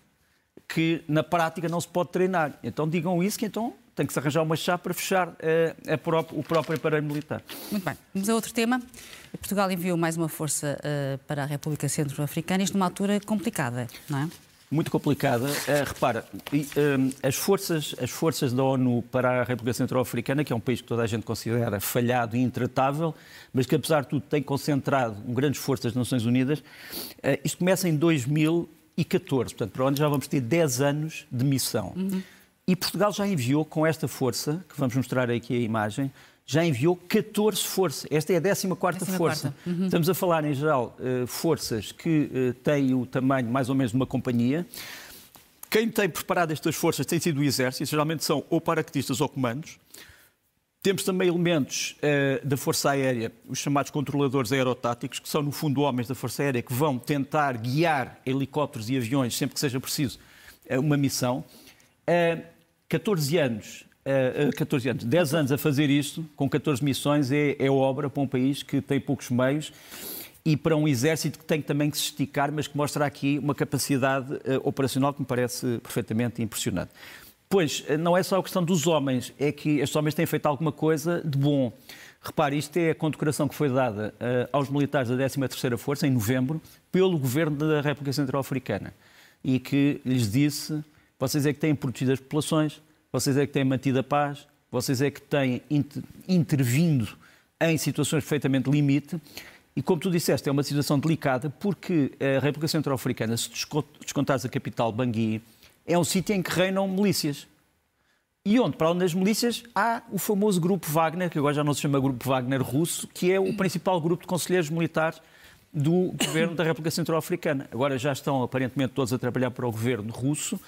Speaker 3: que na prática não se pode treinar. Então digam isso, que então tem que se arranjar uma chave para fechar uh, a próprio, o próprio aparelho militar.
Speaker 2: Muito bem. Vamos a outro tema. Portugal enviou mais uma força uh, para a República Centro-Africana, isto numa altura complicada, não é?
Speaker 3: Muito complicada. Uh, repara, uh, as, forças, as forças da ONU para a República Centro-Africana, que é um país que toda a gente considera falhado e intratável, mas que apesar de tudo tem concentrado um grande esforço das Nações Unidas, uh, isto começa em dois mil e catorze, portanto, para onde já vamos ter dez anos de missão. Uhum. E Portugal já enviou com esta força, que vamos mostrar aqui a imagem, já enviou catorze forças. Esta é a décima quarta força. Uhum. Estamos a falar, em geral, forças que têm o tamanho mais ou menos de uma companhia. Quem tem preparado estas forças tem sido o Exército, geralmente são ou paraquedistas ou comandos. Temos também elementos uh, da Força Aérea, os chamados controladores aerotáticos, que são, no fundo, homens da Força Aérea que vão tentar guiar helicópteros e aviões, sempre que seja preciso, uh, uma missão. Uh, catorze anos... Uh, catorze anos, dez anos a fazer isto, com catorze missões, é, é obra para um país que tem poucos meios e para um exército que tem também que se esticar, mas que mostra aqui uma capacidade uh, operacional que me parece perfeitamente impressionante. Pois, não é só a questão dos homens, é que estes homens têm feito alguma coisa de bom. Repare, isto é a condecoração que foi dada uh, aos militares da décima terceira Força, em novembro, pelo Governo da República Centro-Africana, e que lhes disse, vocês é que têm protegido as populações, vocês é que têm mantido a paz, vocês é que têm inter intervindo em situações perfeitamente limite. E como tu disseste, é uma situação delicada porque a República Centro-Africana, se descontares a capital, Bangui, é um sítio em que reinam milícias. e onde, para além das milícias, há o famoso Grupo Wagner, que agora já não se chama Grupo Wagner russo, que é o principal grupo de conselheiros militares do governo da República Centro-Africana. Agora já estão aparentemente todos a trabalhar para o governo russo,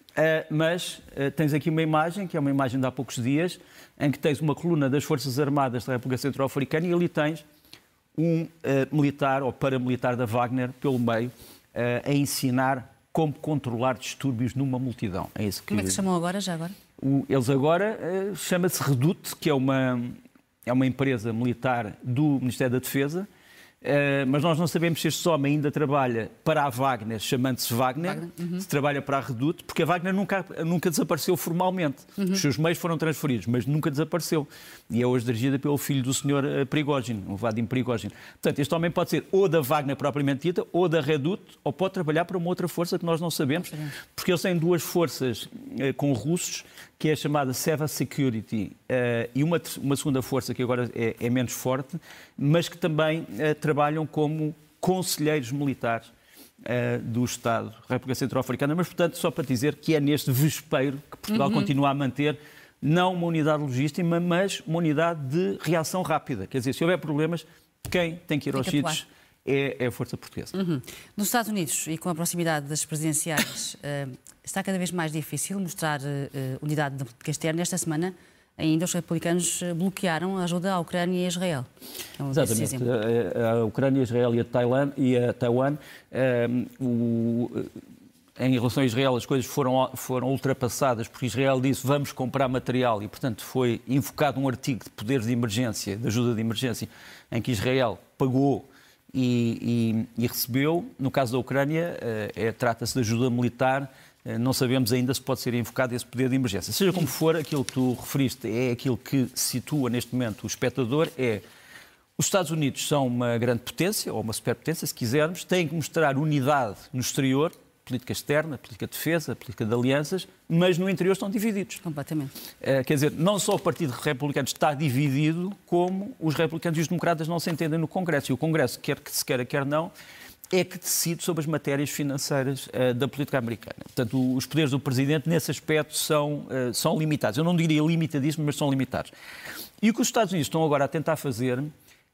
Speaker 3: mas tens aqui uma imagem, que é uma imagem de há poucos dias, em que tens uma coluna das Forças Armadas da República Centro-Africana e ali tens um militar ou paramilitar da Wagner pelo meio a ensinar como controlar distúrbios numa multidão. É isso que...
Speaker 2: Como é que se chamam agora, já agora?
Speaker 3: O, eles agora uh, chama-se Redoute, que é uma, é uma empresa militar do Ministério da Defesa, uh, mas nós não sabemos se este homem ainda trabalha para a Wagner, chamando-se Wagner, Wagner. Uhum. Se trabalha para a Redoute, porque a Wagner nunca, nunca desapareceu formalmente. Uhum. Os seus meios foram transferidos, mas nunca desapareceu. E é hoje dirigida pelo filho do senhor Prigozhin, o Vadim Prigozhin. Portanto, este homem pode ser ou da Wagner propriamente dita, ou da Redoute, ou pode trabalhar para uma outra força que nós não sabemos, porque eles têm duas forças eh, com russos, que é a chamada Seva Security, uh, e uma, uma segunda força que agora é, é menos forte, mas que também uh, trabalham como conselheiros militares uh, do Estado da República Centro-Africana. Mas, portanto, só para dizer que é neste vespeiro que Portugal uhum. continua a manter não uma unidade logística, mas uma unidade de reação rápida. Quer dizer, se houver problemas, quem tem que ir aos sítios é, é a força portuguesa.
Speaker 2: Uhum. Nos Estados Unidos, e com a proximidade das presidenciais, uh, está cada vez mais difícil mostrar uh, unidade na política externa. Esta semana, ainda os republicanos bloquearam a ajuda à Ucrânia e a Israel.
Speaker 3: É um Exatamente. A, a Ucrânia, a Israel e a Taiwan, e a Taiwan um, o, em relação a Israel, as coisas foram, foram ultrapassadas, porque Israel disse vamos comprar material e, portanto, foi invocado um artigo de poderes de emergência, de ajuda de emergência, em que Israel pagou e, e, e recebeu. No caso da Ucrânia, é, trata-se de ajuda militar. Não sabemos ainda se pode ser invocado esse poder de emergência. Seja como for, aquilo que tu referiste é aquilo que situa neste momento o espectador, é os Estados Unidos são uma grande potência, ou uma superpotência, se quisermos, têm que mostrar unidade no exterior, política externa, política de defesa, política de alianças, mas no interior estão divididos.
Speaker 2: Completamente.
Speaker 3: É, quer dizer, não só o Partido Republicano está dividido, como os republicanos e os democratas não se entendem no Congresso. E o Congresso, quer que se queira, quer não, é que decide sobre as matérias financeiras uh, da política americana. Portanto, os poderes do Presidente, nesse aspecto, são, uh, são limitados. Eu não diria limitadíssimos, mas são limitados. E o que os Estados Unidos estão agora a tentar fazer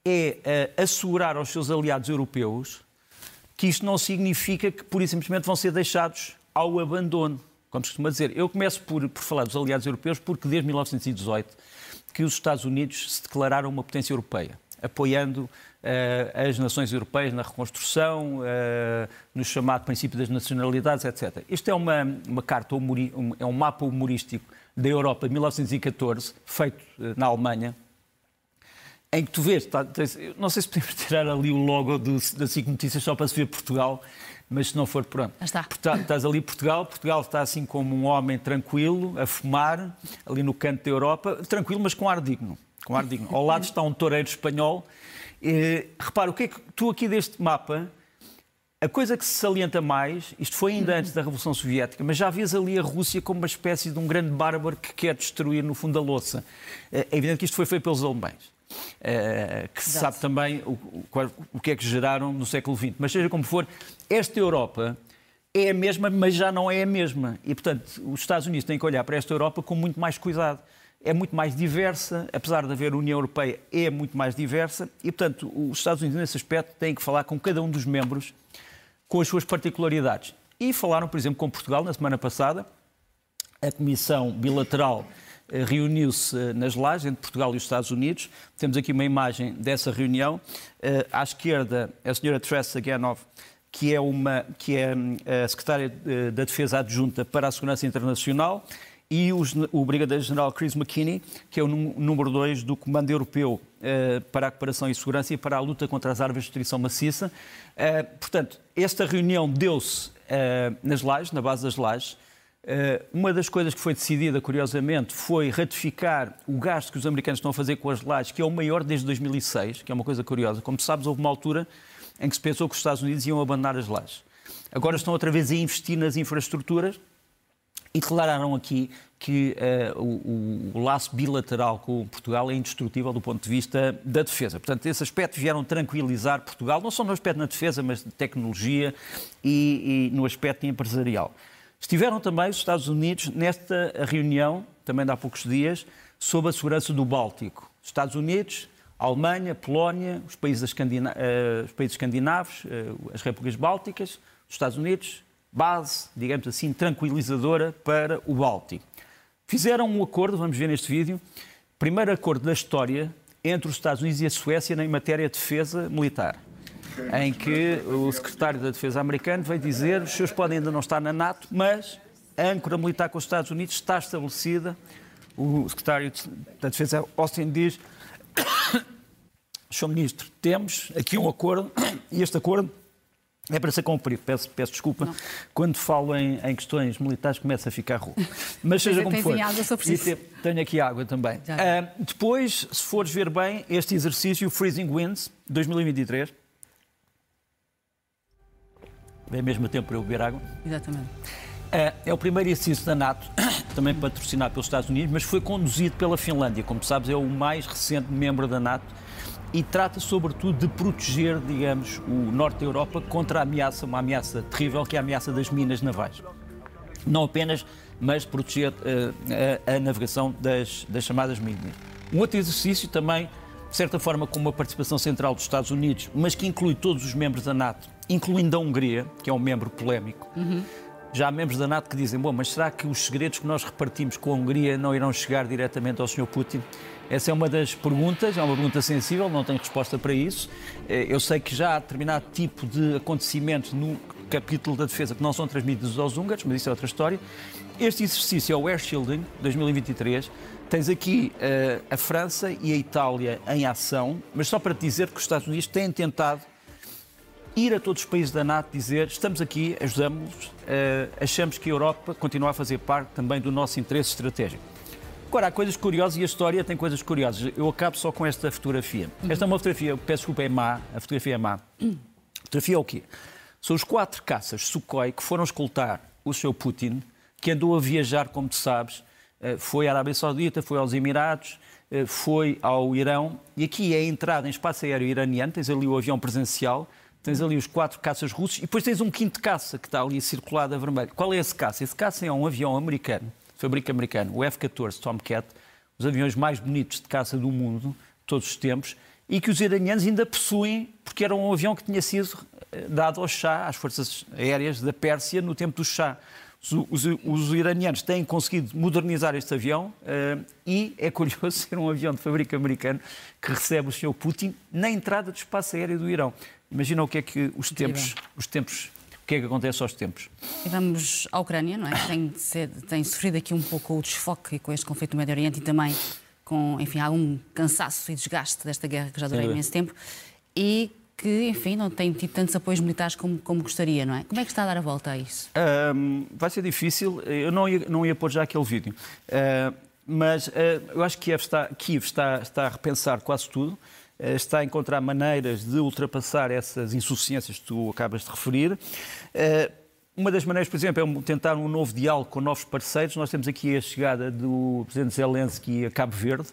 Speaker 3: é uh, assegurar aos seus aliados europeus que isto não significa que, pura e simplesmente, vão ser deixados ao abandono. Como se costuma dizer. Eu começo por, por falar dos aliados europeus porque, desde mil novecentos e dezoito, que os Estados Unidos se declararam uma potência europeia, apoiando Uh, as nações europeias na reconstrução, uh, no chamado princípio das nacionalidades, etcétera. Isto é uma, uma carta, humori- um, é um mapa humorístico da Europa de mil novecentos e catorze, feito uh, na Alemanha, em que tu vês, tá, tens, não sei se podemos tirar ali o logo do, da SIC Notícias só para se ver Portugal, mas se não for, pronto.
Speaker 2: Está.
Speaker 3: Porta, estás ali Portugal, Portugal está assim como um homem tranquilo, a fumar, ali no canto da Europa, tranquilo, mas com ar digno. Com ar digno. Ao lado está um toureiro espanhol. Eh, repara, o que é que tu aqui deste mapa, a coisa que se salienta mais, isto foi ainda antes da Revolução Soviética, mas já vês ali a Rússia como uma espécie de um grande bárbaro que quer destruir, no fundo, a louça. É evidente que isto foi feito pelos alemães, eh, que se
Speaker 2: Exato.
Speaker 3: sabe também o, o, o que é que geraram no século vinte. Mas seja como for, esta Europa é a mesma, mas já não é a mesma. E, portanto, os Estados Unidos têm que olhar para esta Europa com muito mais cuidado. É muito mais diversa, apesar de haver União Europeia, é muito mais diversa e, portanto, os Estados Unidos, nesse aspecto, têm que falar com cada um dos membros com as suas particularidades. E falaram, por exemplo, com Portugal na semana passada. A Comissão Bilateral eh, reuniu-se eh, nas Lajes, entre Portugal e os Estados Unidos. Temos aqui uma imagem dessa reunião. Eh, à esquerda, a senhora Teresa Ganov, que é, uma, que é a Secretária da Defesa Adjunta para a Segurança Internacional, e o, o Brigadeiro-General Chris McKinney, que é o número dois do Comando Europeu eh, para a Cooperação e Segurança e para a luta contra as armas de destruição maciça. Eh, portanto, esta reunião deu-se eh, nas Lajes, na base das Lajes. Eh, uma das coisas que foi decidida, curiosamente, foi ratificar o gasto que os americanos estão a fazer com as Lajes, que é o maior desde dois mil e seis, que é uma coisa curiosa. Como sabes, houve uma altura em que se pensou que os Estados Unidos iam abandonar as Lajes. Agora estão outra vez a investir nas infraestruturas. E declararam aqui que uh, o, o laço bilateral com Portugal é indestrutível do ponto de vista da defesa. Portanto, esse aspecto vieram tranquilizar Portugal, não só no aspecto na defesa, mas de tecnologia e, e no aspecto empresarial. Estiveram também os Estados Unidos nesta reunião também de há poucos dias, sobre a segurança do Báltico. Estados Unidos, Alemanha, Polónia, os países, escandina... uh, os países escandinavos, uh, as repúblicas bálticas, os Estados Unidos, base, digamos assim, tranquilizadora para o Báltico. Fizeram um acordo, vamos ver neste vídeo, primeiro acordo da história entre os Estados Unidos e a Suécia em matéria de defesa militar, em que o secretário da Defesa americano veio dizer os senhores podem ainda não estar na NATO, mas a âncora militar com os Estados Unidos está estabelecida. O secretário da Defesa, Austin, diz: senhor Ministro, temos aqui um acordo e este acordo é para ser cumprido. Peço, peço desculpa. Não. Quando falo em, em questões militares começa a ficar rouco. Mas seja como for.
Speaker 2: Água, só preciso.
Speaker 3: E tenho aqui água também. Uh, depois, se fores ver bem, este exercício, Freezing Winds, dois mil e vinte e três. Vem mesmo a tempo para eu beber água.
Speaker 2: Exatamente.
Speaker 3: Uh, é o primeiro exercício da NATO, também patrocinado pelos Estados Unidos, mas foi conduzido pela Finlândia. Como sabes, é o mais recente membro da NATO. E trata, sobretudo, de proteger, digamos, o norte da Europa contra a ameaça, uma ameaça terrível, que é a ameaça das minas navais. Não apenas, mas proteger uh, a, a navegação das, das chamadas minas. Um outro exercício também, de certa forma, com uma participação central dos Estados Unidos, mas que inclui todos os membros da NATO, incluindo a Hungria, que é um membro polémico. Uhum. Já há membros da NATO que dizem, bom, mas será que os segredos que nós repartimos com a Hungria não irão chegar diretamente ao senhor Putin? Essa é uma das perguntas, é uma pergunta sensível, não tenho resposta para isso. Eu sei que já há determinado tipo de acontecimentos no capítulo da defesa que não são transmitidos aos húngaros, mas isso é outra história. Este exercício é o Air Shielding, dois mil e vinte e três. Tens aqui uh, a França e a Itália em ação, mas só para te dizer que os Estados Unidos têm tentado ir a todos os países da NATO dizer estamos aqui, ajudamos-nos, uh, achamos que a Europa continua a fazer parte também do nosso interesse estratégico. Agora, há coisas curiosas e a história tem coisas curiosas. Eu acabo só com esta fotografia. Uhum. Esta é uma fotografia, eu peço desculpa, é má. A fotografia é má. Uhum. A fotografia é o quê? São os quatro caças Sukhoi que foram escoltar o senhor Putin, que andou a viajar, como tu sabes, foi à Arábia Saudita, foi aos Emirados, foi ao Irão. E aqui é a entrada em espaço aéreo iraniano. Tens ali o avião presencial, tens ali os quatro caças russos e depois tens um quinto caça que está ali circulado a vermelho. Qual é esse caça? Esse caça é um avião americano, fabrico americano, o F catorze Tomcat, os aviões mais bonitos de caça do mundo, todos os tempos, e que os iranianos ainda possuem, porque era um avião que tinha sido dado ao Shah, às forças aéreas da Pérsia, no tempo do Shah. Os, os, os iranianos têm conseguido modernizar este avião uh, e é curioso ser um avião de fabrico americano que recebe o senhor Putin na entrada do espaço aéreo do Irão. Imagina o que é que os tempos... Os tempos o que é que acontece aos tempos?
Speaker 2: E vamos à Ucrânia, não é? Tem, tem sofrido aqui um pouco o desfoque com este conflito no Médio Oriente e também com, enfim, algum cansaço e desgaste desta guerra que já dura imenso tempo e que, enfim, não tem tido tantos apoios militares como, como gostaria, não é? Como é que está a dar a volta a isso?
Speaker 3: Um, vai ser difícil. Eu não ia, não ia pôr já aquele vídeo. Uh, mas uh, eu acho que Kiev, está, Kiev está, está a repensar quase tudo. Está a encontrar maneiras de ultrapassar essas insuficiências que tu acabas de referir. Uma das maneiras, por exemplo, é tentar um novo diálogo com novos parceiros. Nós temos aqui a chegada do presidente Zelensky a Cabo Verde,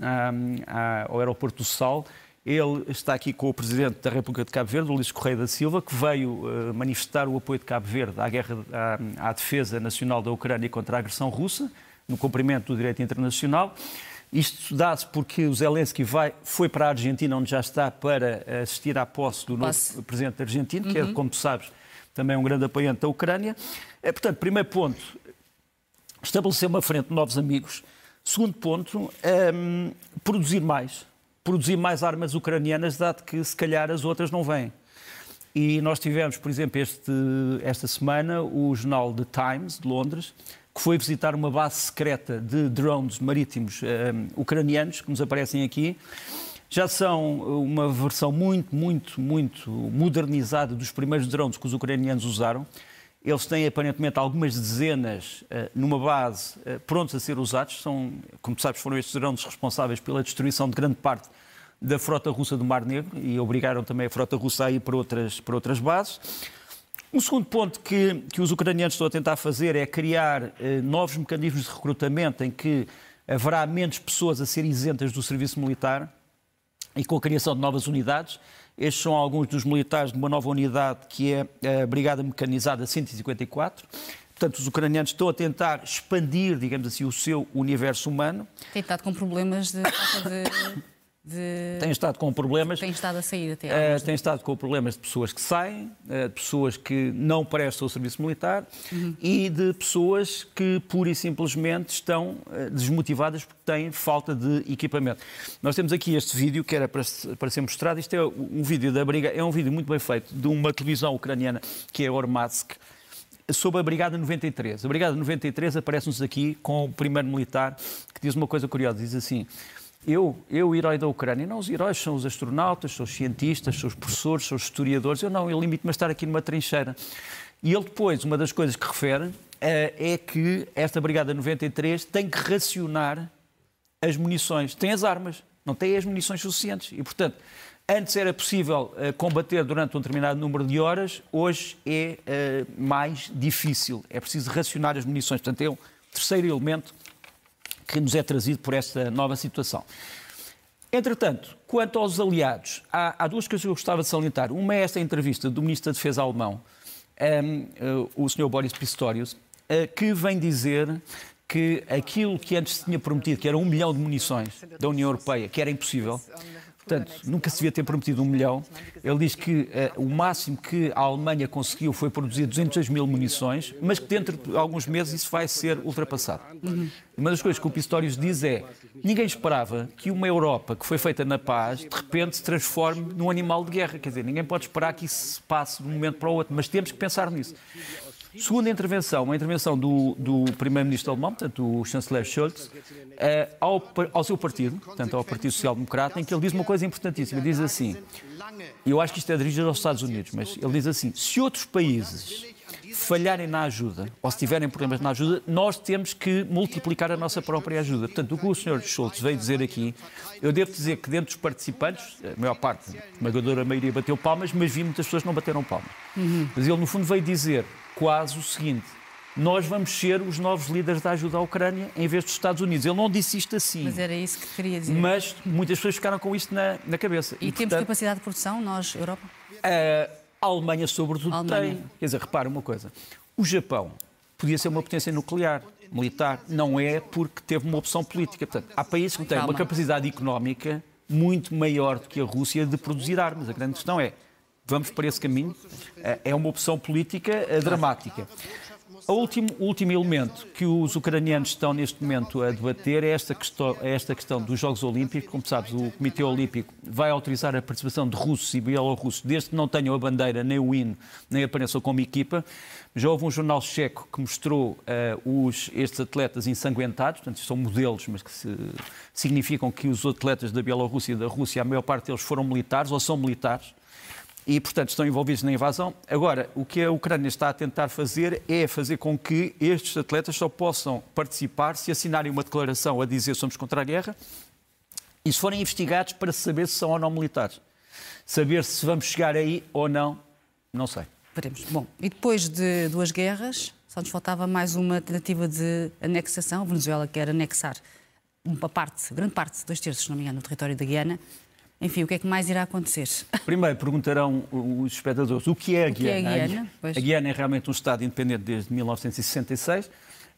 Speaker 3: ao aeroporto do Sal. Ele está aqui com o presidente da República de Cabo Verde, Luís Correia da Silva, que veio manifestar o apoio de Cabo Verde à, guerra, à, à defesa nacional da Ucrânia contra a agressão russa, no cumprimento do direito internacional. Isto dá-se porque o Zelensky vai, foi para a Argentina, onde já está, para assistir à posse do novo Posse. presidente argentino, que uhum. é, como tu sabes, também um grande apoiante da Ucrânia. É, portanto, primeiro ponto, estabelecer uma frente de novos amigos. Segundo ponto, um, produzir mais. Produzir mais armas ucranianas, dado que, se calhar, as outras não vêm. E nós tivemos, por exemplo, este, esta semana, o jornal The Times, de Londres, que foi visitar uma base secreta de drones marítimos um, ucranianos, que nos aparecem aqui. Já são uma versão muito, muito, muito modernizada dos primeiros drones que os ucranianos usaram. Eles têm, aparentemente, algumas dezenas uh, numa base uh, prontos a ser usados. São, como sabes, foram estes drones responsáveis pela destruição de grande parte da frota russa do Mar Negro e obrigaram também a frota russa a ir para outras, para outras bases. Um segundo ponto que, que os ucranianos estão a tentar fazer é criar eh, novos mecanismos de recrutamento em que haverá menos pessoas a ser isentas do serviço militar e com a criação de novas unidades. Estes são alguns dos militares de uma nova unidade que é a Brigada Mecanizada cento e cinquenta e quatro. Portanto, os ucranianos estão a tentar expandir, digamos assim, o seu universo humano.
Speaker 2: Tem estado com problemas de falta de... De...
Speaker 3: Tem estado com problemas.
Speaker 2: Tem estado a sair até.
Speaker 3: Uh, tem estado com problemas de pessoas que saem, uh, de pessoas que não prestam o serviço militar uhum. e de pessoas que pura e simplesmente estão uh, desmotivadas porque têm falta de equipamento. Nós temos aqui este vídeo que era para, para ser mostrado. Isto é um vídeo da brigada, é um vídeo muito bem feito de uma televisão ucraniana que é Ormatsk, sobre a Brigada noventa e três. A Brigada noventa e três aparece-nos aqui com o primeiro militar que diz uma coisa curiosa, diz assim: Eu, eu, herói da Ucrânia, não, os heróis são os astronautas, são os cientistas, são os professores, são os historiadores, eu não, eu limito-me a estar aqui numa trincheira. E ele depois, uma das coisas que refere é, é que esta Brigada noventa e três tem que racionar as munições, tem as armas, não tem as munições suficientes e, portanto, antes era possível uh, combater durante um determinado número de horas, hoje é uh, mais difícil, é preciso racionar as munições, portanto é um terceiro elemento que nos é trazido por esta nova situação. Entretanto, quanto aos aliados, há, há duas coisas que eu gostava de salientar. Uma é esta entrevista do Ministro da Defesa alemão, um, uh, o senhor Boris Pistorius, uh, que vem dizer que aquilo que antes se tinha prometido, que era um milhão de munições da União Europeia, que era impossível, portanto, nunca se devia ter prometido um milhão. Ele diz que uh, o máximo que a Alemanha conseguiu foi produzir duzentas mil munições, mas que dentro de alguns meses isso vai ser ultrapassado. Uhum. Uma das coisas que o Pistorius diz é: ninguém esperava que uma Europa que foi feita na paz, de repente se transforme num animal de guerra. Quer dizer, ninguém pode esperar que isso se passe de um momento para o outro, mas temos que pensar nisso. Segunda intervenção, uma intervenção do, do primeiro-ministro alemão, portanto, o chanceler Scholz, eh, ao, ao seu partido, portanto, ao Partido Social Democrata, em que ele diz uma coisa importantíssima. Diz assim, eu acho que isto é dirigido aos Estados Unidos, mas ele diz assim: se outros países falharem na ajuda, ou se tiverem problemas na ajuda, nós temos que multiplicar a nossa própria ajuda. Portanto, o que o senhor Scholz veio dizer aqui, eu devo dizer que dentro dos participantes, a maior parte, a esmagadora maioria bateu palmas, mas vi muitas pessoas que não bateram palmas. Uhum. Mas ele, no fundo, veio dizer quase o seguinte: nós vamos ser os novos líderes da ajuda à Ucrânia em vez dos Estados Unidos. Ele não disse isto assim.
Speaker 2: Mas era isso que queria dizer.
Speaker 3: Mas muitas pessoas ficaram com isto na, na cabeça.
Speaker 2: E, e temos portanto, capacidade de produção, nós, Europa?
Speaker 3: Uh, a Alemanha, sobretudo, a Alemanha. tem. Quer dizer, repara uma coisa. O Japão podia ser uma potência nuclear, militar. Não é, porque teve uma opção política. Portanto, há países que têm Calma. uma capacidade económica muito maior do que a Rússia de produzir armas. A grande questão é: vamos para esse caminho? É uma opção política dramática. O último, o último elemento que os ucranianos estão neste momento a debater é esta questão, é esta questão dos Jogos Olímpicos. Como sabes, o Comitê Olímpico vai autorizar a participação de russos e bielorrussos, desde que não tenham a bandeira, nem o hino, nem apareçam como equipa. Já houve um jornal checo que mostrou uh, os, estes atletas ensanguentados, portanto, são modelos, mas que se, significam que os atletas da Bielorrússia e da Rússia, a maior parte deles foram militares ou são militares. E, portanto, estão envolvidos na invasão. Agora, o que a Ucrânia está a tentar fazer é fazer com que estes atletas só possam participar se assinarem uma declaração a dizer somos contra a guerra e se forem investigados para saber se são ou não militares. Saber se vamos chegar aí ou não, não sei.
Speaker 2: Veremos. Bom, e depois de duas guerras, só nos faltava mais uma tentativa de anexação. A Venezuela quer anexar uma parte, grande parte, dois terços, se não me engano, no território da Guiana. Enfim, o que é que mais irá acontecer?
Speaker 3: Primeiro, perguntarão os espectadores o que é a Guiana.
Speaker 2: Que é a, Guiana?
Speaker 3: a Guiana é realmente um Estado independente desde mil novecentos e sessenta e seis,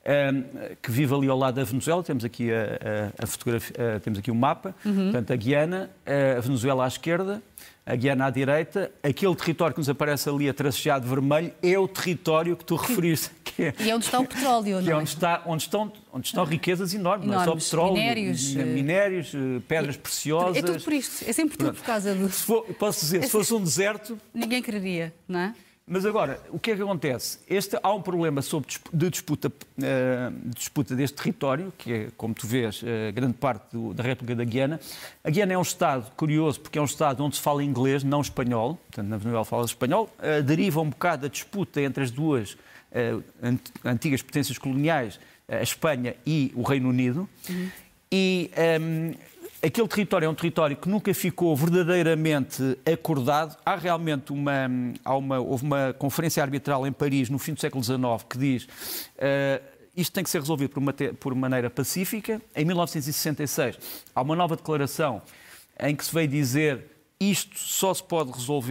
Speaker 3: que vive ali ao lado da Venezuela. Temos aqui, a, a, a fotografia, a, temos aqui o mapa. Uhum. Portanto, a Guiana, a Venezuela à esquerda, a Guiana à direita. Aquele território que nos aparece ali a traceado vermelho é o território que tu referiste. Que é,
Speaker 2: e é onde está o petróleo,
Speaker 3: que
Speaker 2: não é?
Speaker 3: é onde, está, onde, estão, onde estão riquezas enormes.
Speaker 2: enormes.
Speaker 3: Não é só petróleo,
Speaker 2: minérios,
Speaker 3: minérios pedras
Speaker 2: é,
Speaker 3: preciosas.
Speaker 2: É tudo por isto. É sempre tudo por causa do...
Speaker 3: Se for, posso dizer, se fosse um deserto...
Speaker 2: Ninguém quereria, não é?
Speaker 3: Mas agora, o que é que acontece? Este, há um problema sobre, de, disputa, uh, disputa deste território, que é, como tu vês, uh, grande parte do, da República da Guiana. A Guiana é um Estado curioso, porque é um Estado onde se fala inglês, não espanhol. Portanto, na Venezuela fala-se espanhol. Uh, deriva um bocado a disputa entre as duas uh, antigas potências coloniais, a Espanha e o Reino Unido. Uhum. E... Um, Aquele território é um território que nunca ficou verdadeiramente acordado. Há realmente uma, há uma, houve uma conferência arbitral em Paris no fim do século dezenove que diz uh, isto tem que ser resolvido por, uma, por maneira pacífica. Em mil novecentos e sessenta e seis há uma nova declaração em que se veio dizer isto só se pode resolver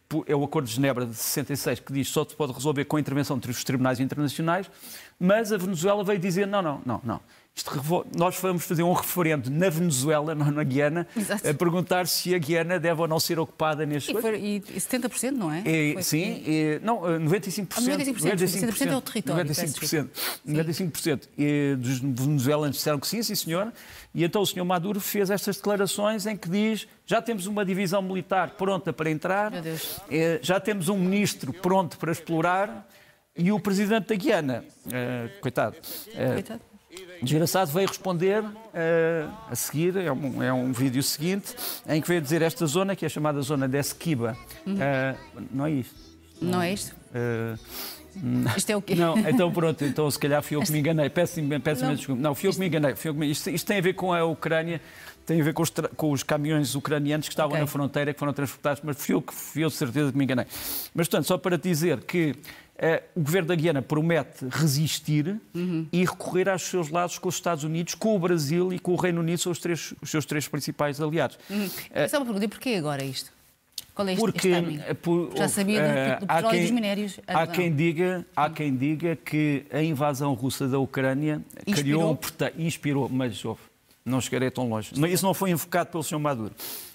Speaker 3: é o Acordo de Genebra de sessenta e seis, que diz que só se pode resolver com a intervenção dos tribunais internacionais, mas a Venezuela veio dizer não, não, não, não. Isto, nós vamos fazer um referendo na Venezuela, não na Guiana, Exato. a perguntar se a Guiana deve ou não ser ocupada neste
Speaker 2: momento. E, e setenta por cento, não é?
Speaker 3: E, sim, e, não, noventa e cinco por cento.
Speaker 2: noventa e cinco por cento, noventa e cinco por cento é o território.
Speaker 3: noventa e cinco por cento, noventa e cinco por cento e dos venezuelanos disseram que sim, sim senhor, e então o senhor Maduro fez estas declarações em que diz já temos uma divisão militar pronta para entrar, já temos um ministro pronto para explorar, e o presidente da Guiana, uh, coitado, uh, coitado. Desgraçado, veio responder uh, a seguir, é um, é um vídeo seguinte, em que veio dizer esta zona, que é chamada zona de Esquiba. Uhum. Uh, não é isto?
Speaker 2: Não, não é isto? Uh, isto é o quê?
Speaker 3: Não, então pronto, então se calhar fui eu que me enganei. Peço imenso desculpa. Não, fui eu que me enganei. Fui eu que me... Isto, isto tem a ver com a Ucrânia, tem a ver com os, tra... com os caminhões ucranianos que estavam okay. na fronteira, que foram transportados, mas fui eu, que, fui eu de certeza que me enganei. Mas, portanto, só para dizer que Uh, o governo da Guiana promete resistir uhum. e recorrer aos seus laços com os Estados Unidos, com o Brasil e com o Reino Unido, são os, três, os seus três principais aliados.
Speaker 2: Uhum. Uh, Só uma pergunta, e porquê agora isto? Qual é este,
Speaker 3: porque,
Speaker 2: este timing?
Speaker 3: Por,
Speaker 2: Já sabia uh, do, do petróleo e dos minérios?
Speaker 3: Há, há, quem diga, há quem diga que a invasão russa da Ucrânia
Speaker 2: inspirou?
Speaker 3: criou um pretexto, inspirou, mas ouve, não chegarei tão longe. Mas isso não foi invocado pelo senhor Maduro.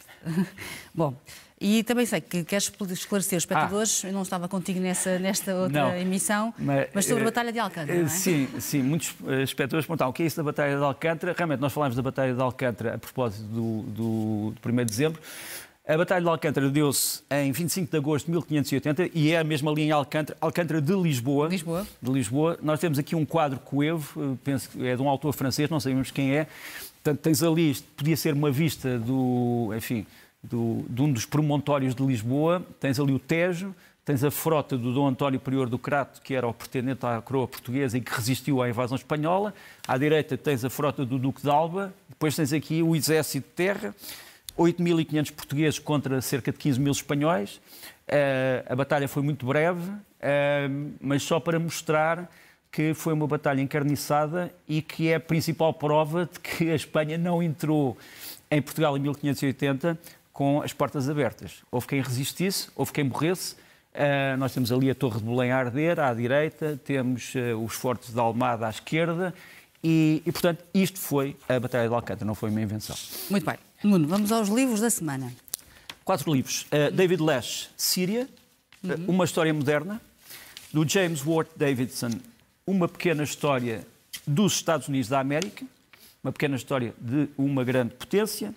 Speaker 2: Bom... E também sei que queres esclarecer os espectadores, ah. eu não estava contigo nessa, nesta outra não, emissão, mas, mas sobre a Batalha de Alcântara, não é?
Speaker 3: Sim, sim, muitos espectadores perguntaram o que é isso da Batalha de Alcântara. Realmente, nós falámos da Batalha de Alcântara a propósito do, do, do primeiro de dezembro. A Batalha de Alcântara deu-se em vinte e cinco de agosto de mil quinhentos e oitenta e é a mesma linha Alcântara, Alcântara de Lisboa.
Speaker 2: Lisboa.
Speaker 3: De Lisboa. Nós temos aqui um quadro coevo, penso que é de um autor francês, não sabemos quem é. Portanto, tens ali, podia ser uma vista do, enfim... Do, de um dos promontórios de Lisboa, tens ali o Tejo, tens a frota do Dom António Prior do Crato, que era o pretendente à coroa portuguesa e que resistiu à invasão espanhola. À direita tens a frota do Duque de Alba, depois tens aqui o exército de terra, oito mil e quinhentos portugueses contra cerca de quinze mil espanhóis. Uh, a batalha foi muito breve, uh, mas só para mostrar que foi uma batalha encarniçada e que é a principal prova de que a Espanha não entrou em Portugal em mil quinhentos e oitenta com as portas abertas. Houve quem resistisse, houve quem morresse. Uh, nós temos ali a Torre de Belém a arder, à direita, temos uh, os fortes de Almada à esquerda e, e, portanto, isto foi a Batalha de Alcântara, não foi uma invenção.
Speaker 2: Muito bem. Nuno, vamos aos livros da semana.
Speaker 3: Quatro livros. Uh, David Lash, Síria, uhum. uh, Uma História Moderna. Do James Ward Davidson, Uma Pequena História dos Estados Unidos da América. Uma pequena história de uma grande potência.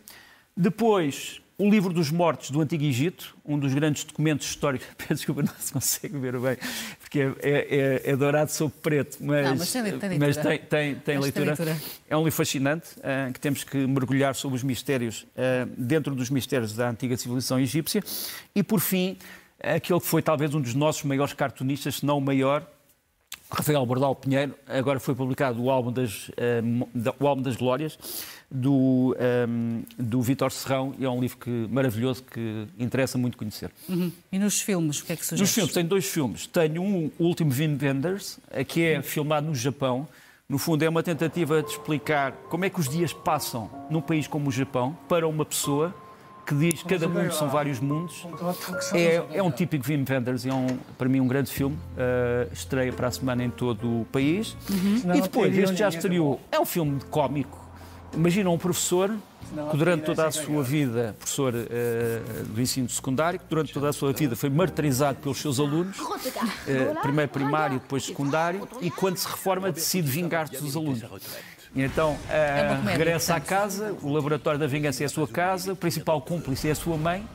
Speaker 3: Depois, o Livro dos Mortos do Antigo Egito, um dos grandes documentos históricos. Peço desculpa, não se consegue ver bem, porque é, é, é dourado sobre preto, mas,
Speaker 2: não, mas tem, tem,
Speaker 3: mas tem, tem, tem leitura. leitura. É um livro fascinante, uh, que temos que mergulhar sobre os mistérios, uh, dentro dos mistérios da antiga civilização egípcia. E, por fim, aquele que foi talvez um dos nossos maiores cartunistas, se não o maior, Rafael Bordal Pinheiro. Agora foi publicado o álbum das, uh, o álbum das Glórias, do, um, do Vítor Serrão, e é um livro que, maravilhoso que interessa muito conhecer.
Speaker 2: Uhum. E nos filmes, o que é que sugeres?
Speaker 3: Nos filmes, tenho dois filmes. Tenho um, O Último Wim Wenders, que é filmado no Japão. No fundo, é uma tentativa de explicar como é que os dias passam num país como o Japão para uma pessoa que diz que cada mundo são vários mundos. É, é um típico Wim Wenders, é um, para mim um grande filme, uh, estreia para a semana em todo o país. Uhum. E depois, este já estreou, é um filme cómico. Imagina um professor que durante toda a sua vida, professor uh, do ensino secundário, que durante toda a sua vida foi martirizado pelos seus alunos, uh, primeiro primário, depois secundário, e quando se reforma decide vingar-se dos alunos. E então uh, é regressa à casa, o laboratório da vingança é a sua casa, o principal cúmplice é a sua mãe,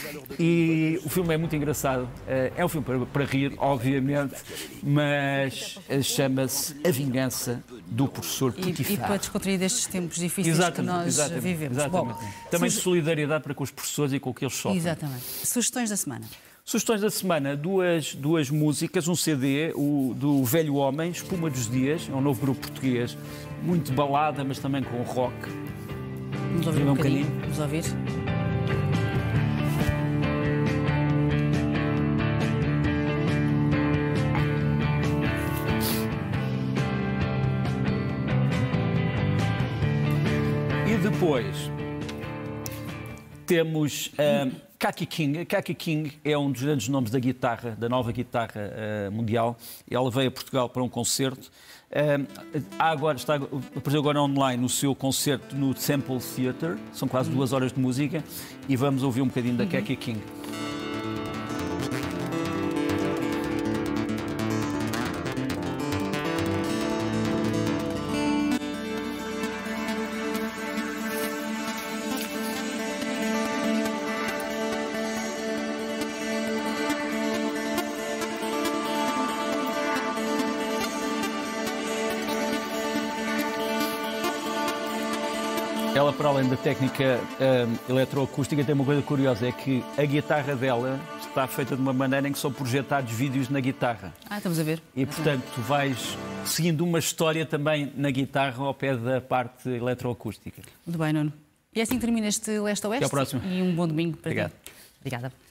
Speaker 3: e o filme é muito engraçado. Uh, é um filme para, para rir, obviamente, mas uh, chama-se A Vingança do Professor Potifar.
Speaker 2: E, e para descontrair destes tempos difíceis exatamente, que nós exatamente, vivemos.
Speaker 3: Exatamente. Bom, também de solidariedade para com os professores e com o que eles sofrem.
Speaker 2: Exatamente. Sugestões da semana.
Speaker 3: Sugestões da semana, duas, duas músicas, um C D, o do Velho Homem, Espuma dos Dias, é um novo grupo português, muito balada, mas também com rock.
Speaker 2: Vamos ouvir um, um bocadinho, vamos ouvir.
Speaker 3: E depois temos uh, Kaki King. Kaki King é um dos grandes nomes da guitarra, da nova guitarra uh, mundial. Ela veio a Portugal para um concerto. Uh, há agora, está, apareceu agora online o seu concerto no Sample Theatre. São quase duas horas de música. E vamos ouvir um bocadinho da uhum. Kaki King. Ela, para além da técnica um, eletroacústica, tem uma coisa curiosa, é que a guitarra dela está feita de uma maneira em que são projetados vídeos na guitarra.
Speaker 2: Ah, estamos a ver.
Speaker 3: E, portanto, tu vais seguindo uma história também na guitarra ao pé da parte eletroacústica.
Speaker 2: Muito bem, Nuno. E é assim que termina este Leste a Oeste.
Speaker 3: Até ao próximo.
Speaker 2: E um bom domingo para
Speaker 3: Obrigado.
Speaker 2: ti. Obrigada.